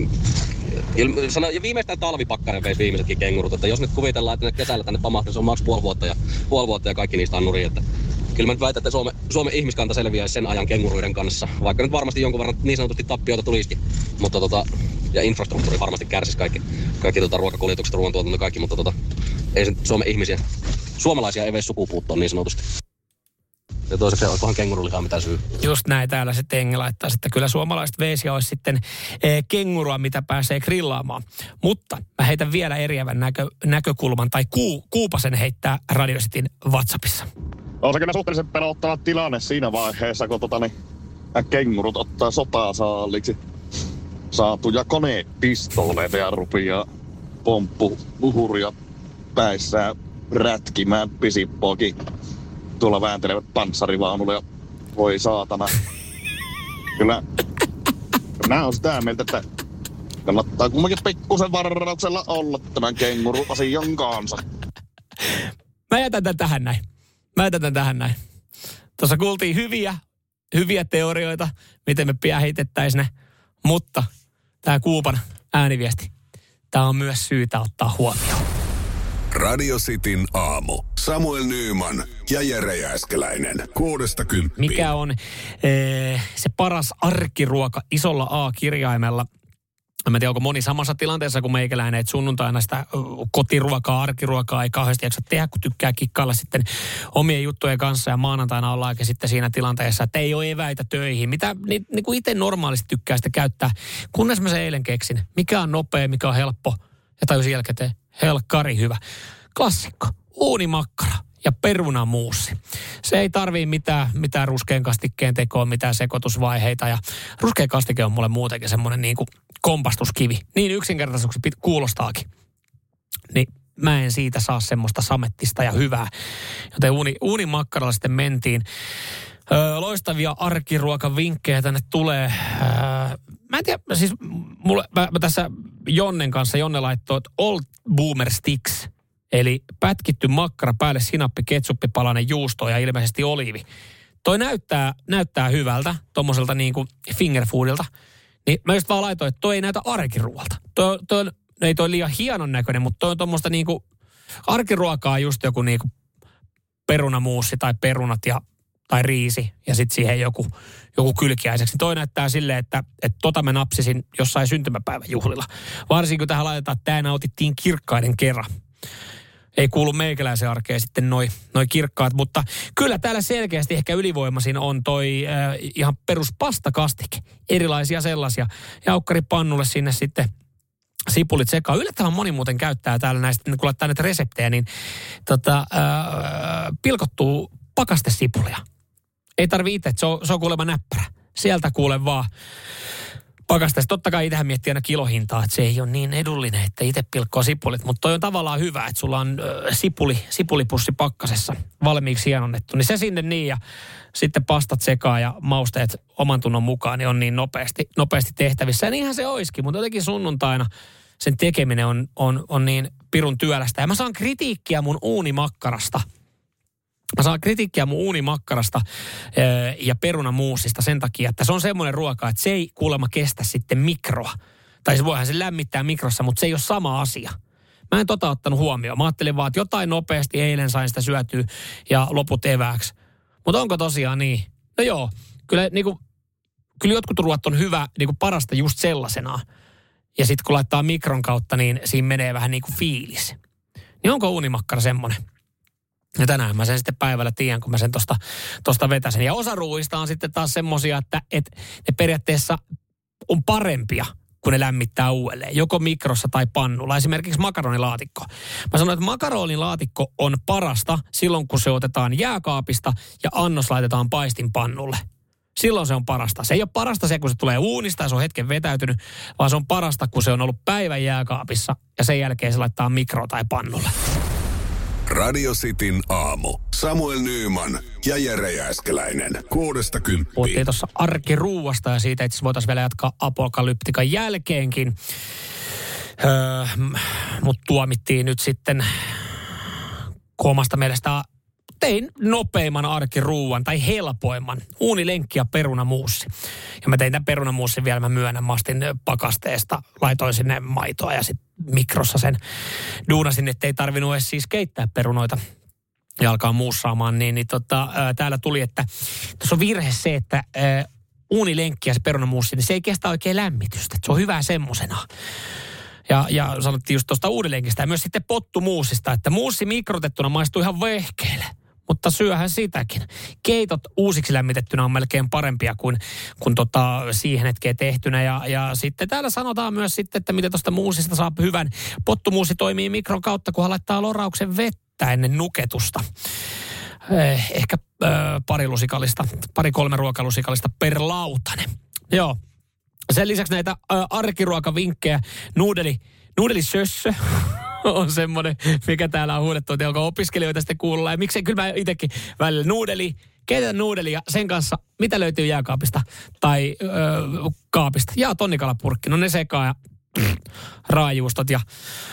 Ja viimeistään talvipakkainen veisi viimeisetkin kengurut. Että jos nyt kuvitellaan, että ne kesällä tänne pamahtaa, se on maks puoli vuotta ja kaikki niistä on nurin. Että kyllä mä nyt väitän, että Suomen ihmiskanta selviäisi sen ajan kenguruiden kanssa. Vaikka nyt varmasti jonkun verran niin sanotusti tappioita tulisikin. Mutta ja infrastruktuuri varmasti kärsisi kaikki ruokakuljetukset, ruoantuotanto kaikki. Mutta ei se Suomen suomalaisia ei veisi sukupuuttoon niin sanotusti. Ja toiseksi onkohan kengurulihaa mitä syy. Just näin, täällä se Tengi laittaa, että kyllä suomalaiset veisiä olisi sitten kengurua, mitä pääsee grillaamaan. Mutta mä heitän vielä eriävän näkökulman, tai Kuupasen heittää Radio Cityn WhatsAppissa. On se kyllä suhteellisen pelottava tilanne siinä vaiheessa, kun kengurut ottaa sotasaalliksi saatuja konepistooleita ja rupeaa pomppuhuhuria päissään rätkimään pisippoakin. Tuolla vääntelevät panssarivaunulla ja voi saatana. Kyllä minä on sitä mieltä, että kannattaa kummankin pikkusen varrauksella olla tämän kenguru-asian kanssa. Mä jätän tämän tähän näin. Tuossa kuultiin hyviä teorioita, miten me piähitettäisiin ne, mutta tämä Kuupan ääniviesti, tämä on myös syytä ottaa huomioon. Radio Cityn aamu. Samuel Nyyman ja Jere Jääskeläinen. 6–10. Mikä on se paras arkiruoka isolla A-kirjaimella? Mä en tiedä, onko moni samassa tilanteessa kuin meikäläinen, että sunnuntaina sitä kotiruokaa, arkiruokaa ei kauheasti jaksa tehdä, kun tykkää kikkailla sitten omien juttujen kanssa ja maanantaina ollaankin sitten siinä tilanteessa, että ei ole eväitä töihin. Mitä niin kuin itse normaalisti tykkää sitä käyttää, kunnes mä sen eilen keksin. Mikä on nopea, mikä on helppo ja tajusin jälkeen, helkkari hyvä. Klassikko, uunimakkara ja perunamuussi. Se ei tarvii mitään ruskean kastikkeen tekoa, mitään sekoitusvaiheita ja ruskea kastike on mulle muutenkin semmoinen niin kuin kompastuskivi. Niin yksinkertaisuuksi kuulostaakin. Niin mä en siitä saa semmoista samettista ja hyvää. Joten uunimakkaralla sitten mentiin. Loistavia arkiruokavinkkejä tänne tulee. Mä en tiedä, siis mä tässä Jonnen kanssa, Jonne laittoi, että Old Boomer Sticks, eli pätkitty makkara päälle sinappi, ketsuppipalainen juusto ja ilmeisesti oliivi. Toi näyttää hyvältä, tommoselta niinku fingerfoodilta. Niin mä just vaan laitoin, että toi ei näytä arkiruoalta. Ei toi liian hienon näköinen, mutta toi on tommoista niinku arkiruokaa just joku niinku perunamuussi tai perunat ja tai riisi ja sitten siihen joku kylkiäiseksi. Toi näyttää silleen, että mä napsisin jossain syntymäpäivän juhlilla. Varsinkin kun tähän laitetaan, että tämä nautittiin kirkkaiden kerran. Ei kuulu meikäläisen arkeen sitten noi kirkkaat, mutta kyllä täällä selkeästi ehkä ylivoimaisin on toi ihan peruspastakastike. Erilaisia sellaisia. Jaukkaripannulle sinne sitten sipulit sekaan. Yllättävän moni muuten käyttää täällä näistä, kun laittaa näitä reseptejä, niin pilkottuu pakastesipulia. Ei tarvitse itse, että se on kuulemma näppärä. Sieltä kuule vaan pakasteessa. Totta kai itsehän miettii aina kilohintaa, että se ei ole niin edullinen, että itse pilkkoo sipulit. Mutta toi on tavallaan hyvä, että sulla on sipulipussi pakkasessa valmiiksi hienonnettu. Niin se sinne niin ja sitten pastat sekaan ja mausteet oman tunnon mukaan, niin on niin nopeasti tehtävissä. Ja niinhän se olisikin, mutta jotenkin sunnuntaina sen tekeminen on niin pirun työlästä. Ja mä saan kritiikkiä mun uunimakkarasta. Ja perunamuusista sen takia, että se on semmoinen ruoka, että se ei kuulemma kestä sitten mikroa. Tai se voihan se lämmittää mikrossa, mutta se ei ole sama asia. Mä en ottanut huomioon. Mä ajattelin vaan, että jotain nopeasti eilen sain sitä syötyä ja loput evääksi. Mutta onko tosiaan niin? No joo, kyllä jotkut ruoat on hyvä, parasta just sellaisenaan. Ja sitten kun laittaa mikron kautta, niin siinä menee vähän niin kuin fiilis. Niin onko uunimakkara semmoinen? Ja tänään mä sen sitten päivällä tiedän, kun mä sen tosta vetäsen. Ja osa ruuista on sitten taas semmosia, että ne periaatteessa on parempia, kun ne lämmittää uudelleen. Joko mikrossa tai pannulla. Esimerkiksi makaronilaatikko. Mä sanoin, että makaronilaatikko on parasta silloin, kun se otetaan jääkaapista ja annos laitetaan paistinpannulle. Silloin se on parasta. Se ei ole parasta se, kun se tulee uunista ja se on hetken vetäytynyt, vaan se on parasta, kun se on ollut päivän jääkaapissa ja sen jälkeen se laittaa mikro tai pannulle. Radio Cityn aamu. Samuel Nyyman ja Jere Jääskeläinen. 6–10. Puhuttiin tuossa arkiruuasta ja siitä itse voitaisiin vielä jatkaa apokalyptikan jälkeenkin. Mutta tuomittiin nyt sitten omasta mielestä tein nopeimman arkiruuan tai helpoimman uunilenkki ja perunamuussi. Ja mä tein tämän perunamuussin vielä, mä myönnän, mä astin pakasteesta, laitoin sinne maitoa ja sitten mikrossa sen duunasin, ettei tarvinnut edes siis keittää perunoita ja alkaa muussaamaan. Täällä tuli, että tuossa on virhe se, että uunilenkki ja se perunamuussi, niin se ei kestä oikein lämmitystä. Se on hyvää semmosena. Ja sanottiin just tuosta uunilenkistä ja myös sitten pottumuusista, että muussi mikrotettuna maistuu ihan vehkeelle. Mutta syöhän sitäkin. Keitot uusiksi lämmitettynä on melkein parempia kuin siihen hetkeen tehtynä. Ja sitten täällä sanotaan myös sitten, että miten tuosta muusista saa hyvän. Pottumuusi toimii mikron kautta, kun laittaa lorauksen vettä ennen nuketusta. Ehkä 2-3 ruokalusikallista per lautanen. Joo. Sen lisäksi näitä arkiruokavinkkejä. Nuudelisössö on semmoinen, mikä täällä on huudettu, että onko opiskelijoita sitten kuulla. Ja miksei, kyllä mä itsekin välillä keitetään nuudelia sen kanssa, mitä löytyy jääkaapista tai kaapista. Ja tonnikalapurkki, no ne sekaan ja raajuustot ja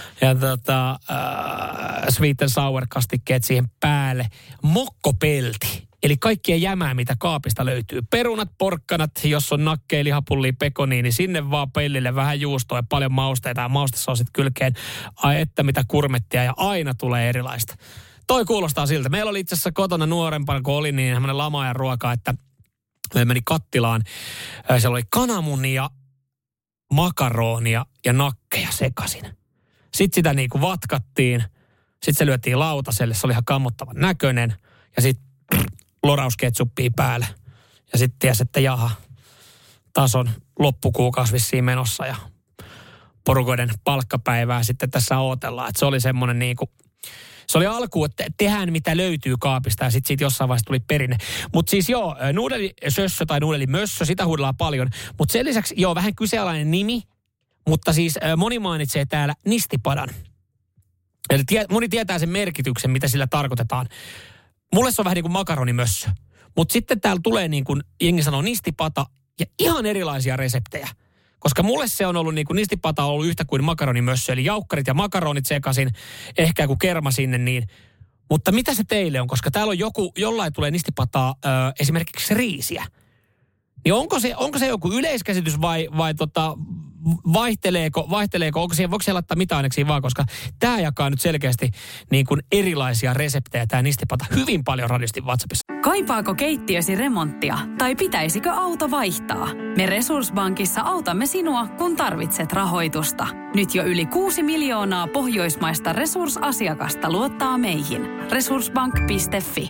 sweet and sour kastikkeet siihen päälle. Mokkopelti. Eli kaikkia jämää, mitä kaapista löytyy. Perunat, porkkanat, jos on nakkeja, lihapullia, pekoniin, niin sinne vaan pellille vähän juustoa ja paljon mausteita ja maustesoosit kylkeen. Ai että mitä kurmettia ja aina tulee erilaista. Toi kuulostaa siltä. Meillä oli itse asiassa kotona nuorempana, kun oli niin semmoinen lama-ajan ruoka, että me meni kattilaan. Siellä oli kananmunia, makaronia ja nakkeja sekaisin. Sitten sitä niinku vatkattiin. Sitten se lyötiin lautaselle. Se oli ihan kammottavan näköinen. Ja sitten lorausketsuppia päälle. Ja sitten tiesi, että jaha, taas on loppukuukausi vissiin menossa ja porukoiden palkkapäivää sitten tässä odotellaan. Että se oli semmoinen niinku, se oli alku, että tehdään mitä löytyy kaapista ja sitten siitä jossain vaiheessa tuli perinne. Mutta siis joo, nuudelisössö tai nuudelimössö, sitä huudellaan paljon. Mutta sen lisäksi joo, vähän kyseenalainen nimi, mutta siis moni mainitsee täällä nistipadan. Eli moni tietää sen merkityksen, mitä sillä tarkoitetaan. Mulle se on vähän niin kuin makaronimössö. Mutta sitten täällä tulee niin kuin, jengi sanoo nistipata ja ihan erilaisia reseptejä. Koska mulle se on ollut niin kuin nistipata on ollut yhtä kuin makaronimössö. Eli jaukkarit ja makaronit sekaisin, ehkä joku kerma sinne niin. Mutta mitä se teille on? Koska täällä on jollain tulee nistipataa esimerkiksi riisiä. Niin onko se joku yleiskäsitys vai vaihteleeko, voiko siellä laittaa mitä aineksia vaan, koska tämä jakaa nyt selkeästi niin kuin erilaisia reseptejä, tämä nistipata hyvin paljon radistin WhatsAppissa. Kaipaako keittiösi remonttia tai pitäisikö auto vaihtaa? Me Resurssbankissa autamme sinua, kun tarvitset rahoitusta. Nyt jo yli 6 miljoonaa pohjoismaista resursasiakasta luottaa meihin. Resurssbank.fi.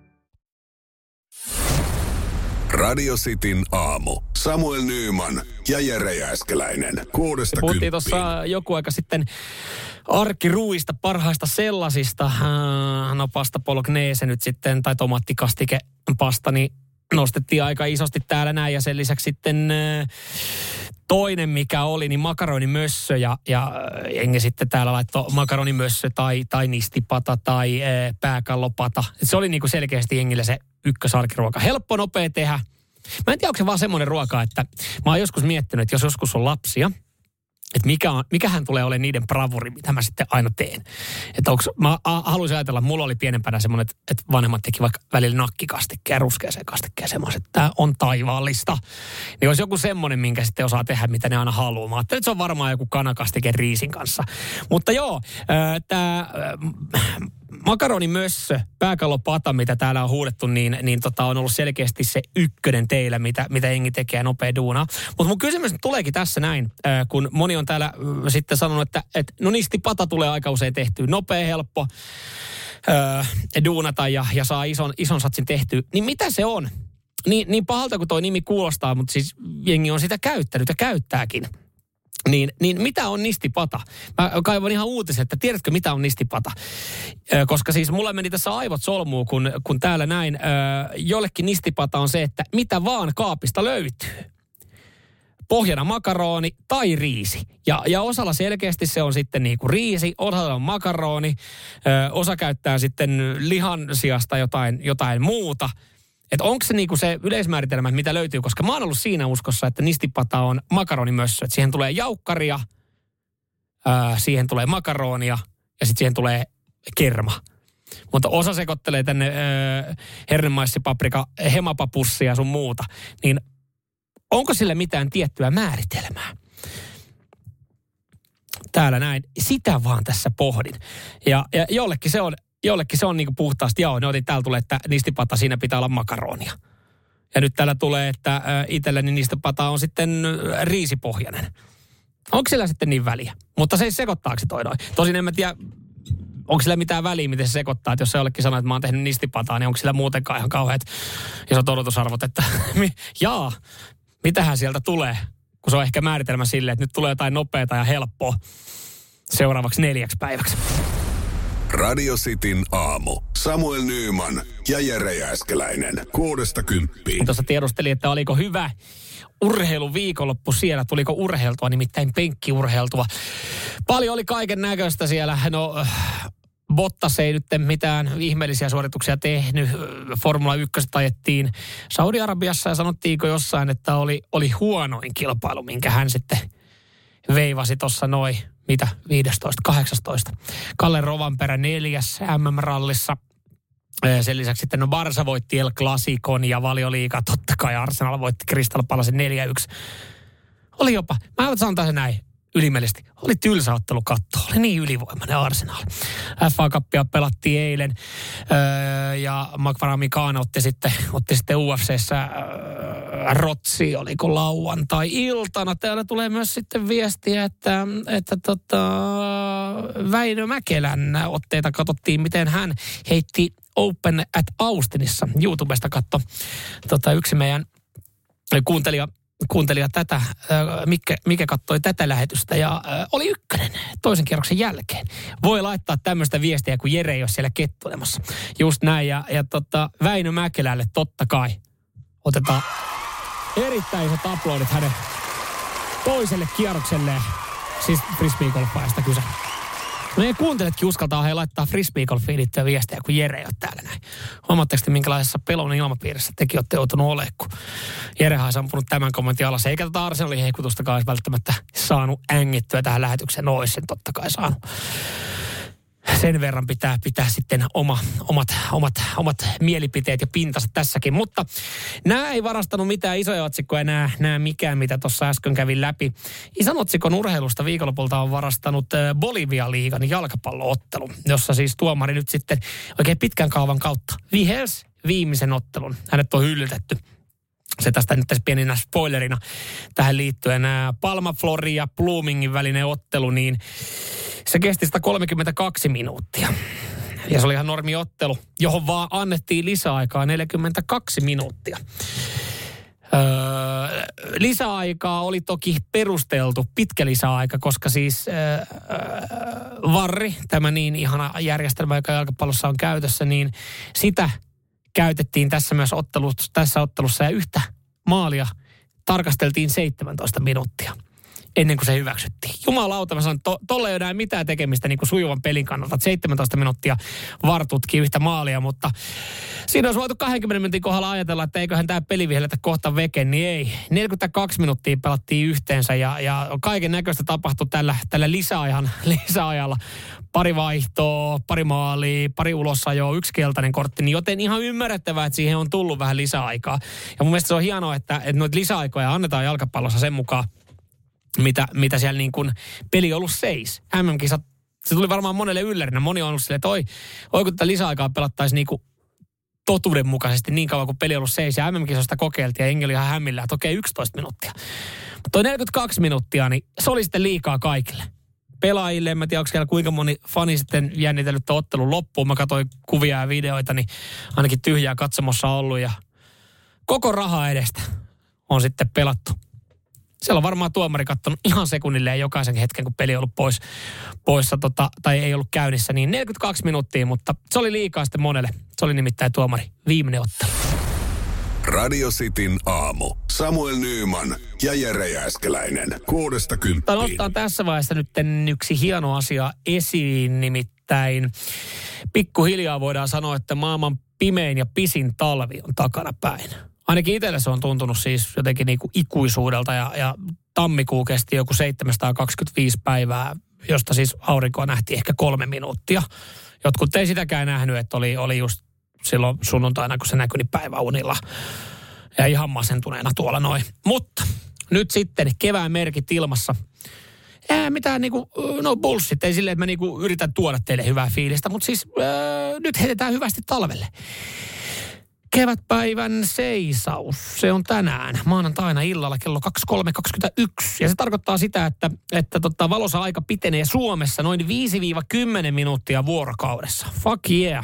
Radio Cityn aamu. Samuel Nyyman ja Jere Jääskeläinen. 6–10. Puhuttiin tuossa joku aika sitten arkiruuista, parhaista sellaisista. No pasta bolognese nyt sitten, tai tomaattikastike pasta, niin nostettiin aika isosti täällä näin. Ja sen lisäksi sitten toinen, mikä oli, niin makaronimössö. Ja jengi sitten täällä laittoi makaronimössö tai nistipata tai pääkallopata. Se oli niinku selkeästi jengille se ykkösarkiruoka. Helppo, nopea tehdä. Mä en tiedä, onko se vaan semmoinen ruoka, että mä oon joskus miettinyt, että jos joskus on lapsia, että mikähän tulee olemaan niiden bravuri, mitä mä sitten aina teen. Että mä haluaisin ajatella, että mulla oli pienempänä semmoinen, että vanhemmat teki vaikka välillä nakkikastikkeen, ruskeaseen kastikkeen semmoisen, että tämä on taivaallista. Niin olisi joku semmoinen, minkä sitten osaa tehdä, mitä ne aina haluaa. Mä ajattelin, että se on varmaan joku kanakastike riisin kanssa. Mutta joo, tämä makaronimössö, pääkallopata, mitä täällä on huudettu, niin on ollut selkeästi se ykkönen teillä, mitä jengi tekee nopea duuna. Mutta mun kysymys tuleekin tässä näin, kun moni on täällä sitten sanonut, että no nistipata tulee aika usein tehtyä. Nopea, helppo duunata ja saa ison satsin tehtyä. Niin mitä se on? Niin pahalta kuin toi nimi kuulostaa, mutta siis jengi on sitä käyttänyt ja käyttääkin. Niin mitä on nistipata? Mä kaivan ihan uutisen, että tiedätkö mitä on nistipata? Koska siis mulla meni tässä aivot solmuun, kun täällä näin jollekin nistipata on se, että mitä vaan kaapista löytyy. Pohjana makaroni tai riisi. Ja osalla selkeästi se on sitten niinku riisi, osalla on makaroni, osa käyttää sitten lihan sijasta jotain muuta. Että onko se niinku se yleismääritelmä, mitä löytyy, koska mä oon ollut siinä uskossa, että nistipata on makaronimössö. Että siihen tulee jaukkaria, siihen tulee makaronia ja sitten siihen tulee kerma. Mutta osa sekoittelee tänne hernemaisipaprika, hemapapussia ja sun muuta. Niin onko sille mitään tiettyä määritelmää? Täällä näin. Sitä vaan tässä pohdin. Ja jollekin se on niinku puhtaasti, täällä tulee, että nistipata, siinä pitää olla makaronia. Ja nyt täällä tulee, että itselleni nistipata on sitten riisipohjainen. Onko sillä sitten niin väliä? Mutta se ei sekoittaako se toi noin? Tosin en mä tiedä, onko sillä mitään väliä, miten se sekoittaa. Että jos se jollekin sanoo, että mä oon tehnyt nistipataa, niin onko sillä muutenkaan ihan kauheat isot odotusarvot, että mitähän sieltä tulee? Kun se on ehkä määritelmä sille, että nyt tulee jotain nopeata ja helppoa seuraavaksi 4 päiväksi. Radio Cityn aamu. Samuel Nyyman ja Jere Jääskeläinen. 6–10. Tuossa tiedustelin, että oliko hyvä urheiluviikonloppu siellä. Tuliko urheiltua, nimittäin penkkiurheiltua. Paljon oli kaiken näköistä siellä. No, Bottas ei nyt mitään ihmeellisiä suorituksia tehnyt. Formula 1 ajettiin Saudi-Arabiassa ja sanottiinko jossain, että oli huonoin kilpailu, minkä hän sitten veivasi tuossa noin. 15-18. Kalle Rovanperä 4. MM-rallissa. Sen lisäksi sitten Barça voitti El Clasicon ja Valioliiga. Totta kai Arsenal voitti Crystal Palacen 4-1. Oli jopa, mä sanotaan se näin ylimielisesti, oli tylsä ottelu katsoa. Oli niin ylivoimainen Arsenal. FA Cupia pelattiin eilen ja Makvarami Khan otti sitten UFC:ssä rotsi, oliko lauantai-iltana. Täällä tulee myös sitten viestiä, että Väinö Mäkelän otteita katsottiin, miten hän heitti Open at Austinissa. YouTubesta katso yksi meidän kuuntelija tätä, mikä katsoi tätä lähetystä ja oli ykkönen toisen kierroksen jälkeen. Voi laittaa tämmöistä viestiä, kun Jere ei ole siellä kettulemassa. Just näin ja Väinö Mäkelälle totta kai otetaan erittäin isot aplodit hänen toiselle kierrokselleen. Siis frisbeegolfaajasta kyse. Meidän kuuntelijatkin uskaltaa laittaa frisbeegolfiin liittyä viestejä, kun Jere ei ole täällä näin. Huomaatteko te, minkälaisessa pelon ilmapiirissä tekin olette joutunut olemaan, kun Jerehan on sampunut tämän kommentin alas. Eikä tätä Arsenalin heikutustakaan välttämättä saanut ängittyä tähän lähetykseen. No, olisi sen totta kai saanut. sen verran pitää sitten omat mielipiteet ja pintansa tässäkin. Mutta nämä ei varastanut mitään isoja otsikkoja, nämä mikään, mitä tuossa äsken kävin läpi. Ison otsikon urheilusta viikonlopulta on varastanut Bolivia-liigan jalkapalloottelu, jossa siis tuomari nyt sitten oikein pitkän kaavan kautta vihelsi viimeisen ottelun. Hänet on hyllytetty. Se tästä nyt tässä pieninä spoilerina tähän liittyen. Palma Flori ja Bloomingin välinen ottelu, niin se kesti 132 minuuttia. Ja se oli ihan normiottelu, johon vaan annettiin lisäaikaa 42 minuuttia. Lisäaikaa oli toki perusteltu, pitkä lisäaika, koska siis VAR, tämä niin ihana järjestelmä, joka jalkapallossa on käytössä, niin sitä käytettiin tässä ottelussa ja yhtä maalia tarkasteltiin 17 minuuttia ennen kuin se hyväksyttiin. Jumalauta, mä sanon, tolla ei ole mitään tekemistä niin kuin sujuvan pelin kannalta. 17 minuuttia VAR tutkii yhtä maalia, mutta siinä olisi voitu 20 minuutin kohdalla ajatella, että eiköhän tämä peli vihelletä kohta veken, niin ei. 42 minuuttia pelattiin yhteensä ja kaiken näköistä tapahtui tällä lisäajalla. Pari vaihtoa, pari maalia, pari ulosajoa, 1 keltainen kortti, niin joten ihan ymmärrettävää, että siihen on tullut vähän lisäaikaa. Ja mun mielestä se on hienoa, että noita lisäaikoja annetaan jalkapallossa sen mukaan, mitä siellä niin kuin peli on ollut seis. MM-kisat, se tuli varmaan monelle yllärinä. Moni on ollut silleen, että kun tätä lisäaikaa pelattaisiin niin kuin totuudenmukaisesti niin kauan kuin peli on ollut seis. Ja MM-kisosta kokeiltiin ja jengi oli ihan hämmillään, että okei, 11 minuuttia. Mutta toi 42 minuuttia, niin se oli sitten liikaa kaikille. Pelaajille, en mä tiedä, onko siellä kuinka moni fani sitten jännitellyt tämän ottelun loppuun. Mä katsoin kuvia ja videoita, niin ainakin tyhjää katsomossa ollut ja koko raha edestä on sitten pelattu. Siellä on varmaan tuomari katsonut ihan sekunnilleen jokaisen hetken, kun peli on ollut poissa tai ei ollut käynnissä, niin 42 minuuttia, mutta se oli liikaa sitten monelle. Se oli nimittäin tuomari viimeinen ottelu. Radio Cityn aamu. Samuel Nyyman ja Jere Jääskeläinen. 6–10. Nostaa tässä vaiheessa nyt yksi hieno asia esiin, nimittäin pikkuhiljaa voidaan sanoa, että maailman pimein ja pisin talvi on takana päin. Ainakin itselle se on tuntunut siis jotenkin niin kuin ikuisuudelta ja tammikuu kesti joku 725 päivää, josta siis aurinkoa nähtiin ehkä 3 minuuttia. Jotkut ei sitäkään nähnyt, että oli just silloin sunnuntaina, kun se näkyi, niin päiväunilla ja ihan masentuneena tuolla noin. Mutta nyt sitten kevään merkit ilmassa. Mitään niinku, no bullshit, ei silleen, että mä niinku yritän tuoda teille hyvää fiilistä, mutta siis nyt heitetään hyvästi talvelle. Kevätpäivän seisaus, se on tänään maanantaina illalla kello 23.21. Ja se tarkoittaa sitä, että valoisa aika pitenee Suomessa noin 5–10 minuuttia vuorokaudessa. Fuck yeah.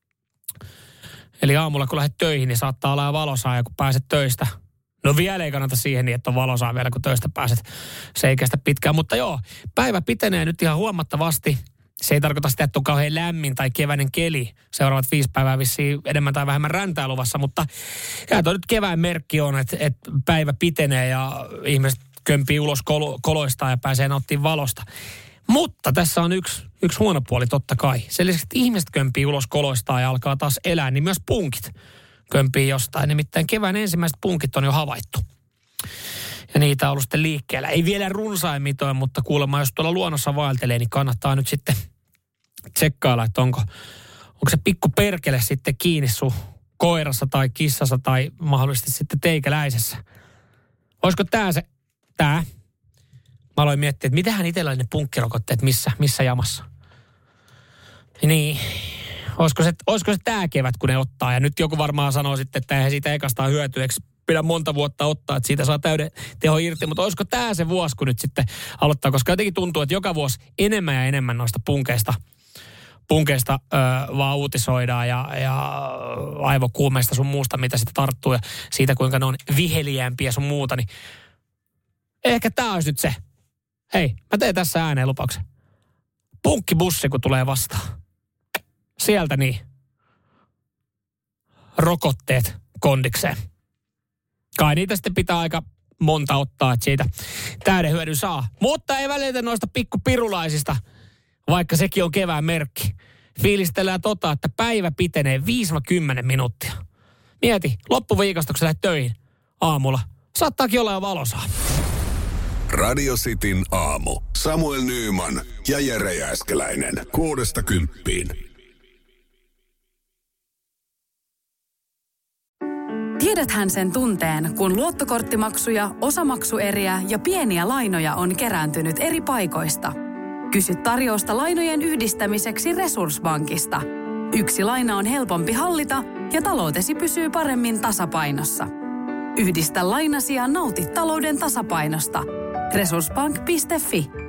Eli aamulla kun lähdet töihin, niin saattaa olla valosaa ja kun pääset töistä. No vielä ei kannata siihen niin, että on valosaa vielä kun töistä pääset. Se ei kestä pitkään, mutta joo, päivä pitenee nyt ihan huomattavasti. Se ei tarkoita sitä, että on kauhean lämmin tai keväinen keli. Seuraavat 5 päivää vissiin enemmän tai vähemmän räntää luvassa, mutta tuo nyt kevään merkki on, että päivä pitenee ja ihmiset kömpii ulos koloistaan ja pääsee nauttimaan valosta. Mutta tässä on yksi huono puoli totta kai. Sen lisäksi, että ihmiset kömpii ulos koloistaan ja alkaa taas elää, niin myös punkit kömpii jostain. Nimittäin kevään ensimmäiset punkit on jo havaittu. Ja niitä on ollut sitten liikkeellä. Ei vielä runsain mitoin, mutta kuulemma jos tuolla luonnossa vaeltelee, niin kannattaa nyt sitten tsekkailla, että onko se pikku perkele sitten kiinni sun koirassa tai kissassa tai mahdollisesti sitten teikäläisessä. Olisiko tää? Mä aloin miettiä, että mitähän itsellä oli ne punkkirokotteet, missä jamassa. Niin, olisiko se tää kevät, kun ne ottaa? Ja nyt joku varmaan sanoo sitten, että eihän siitä ekastaan hyötyä, eikö pidä monta vuotta ottaa, että siitä saa täyden teho irti. Mutta olisiko tää se vuosi, kun nyt sitten aloittaa? Koska jotenkin tuntuu, että joka vuosi enemmän ja enemmän noista punkeista vaan uutisoidaan ja aivokuumeista sun muusta, mitä sitä tarttuu ja siitä, kuinka ne on viheliämpiä sun muuta, niin ehkä tää olisi nyt se. Hei, mä teen tässä ääneen lupauksen. Punkkibussi, kun tulee vastaan. Sieltä niin. Rokotteet kondikseen. Kai niitä sitten pitää aika monta ottaa, että siitä täyden hyödyn saa. Mutta ei välitä noista pikkupirulaisista, vaikka sekin on kevään merkki. Fiilistellään että päivä pitenee 5–10 minuuttia. Mieti, loppuviikosta, kun sä lähdet töihin aamulla. Saattaakin olla jo valosaa. Radio Cityn aamu. Samuel Nyyman ja Jere Jääskeläinen. 6–10. Tiedäthän sen tunteen, kun luottokorttimaksuja, osamaksueriä ja pieniä lainoja on kerääntynyt eri paikoista. Kysy tarjousta lainojen yhdistämiseksi Resurssbankista. Yksi laina on helpompi hallita ja taloutesi pysyy paremmin tasapainossa. Yhdistä lainasi ja nauti talouden tasapainosta. Resurssbank.fi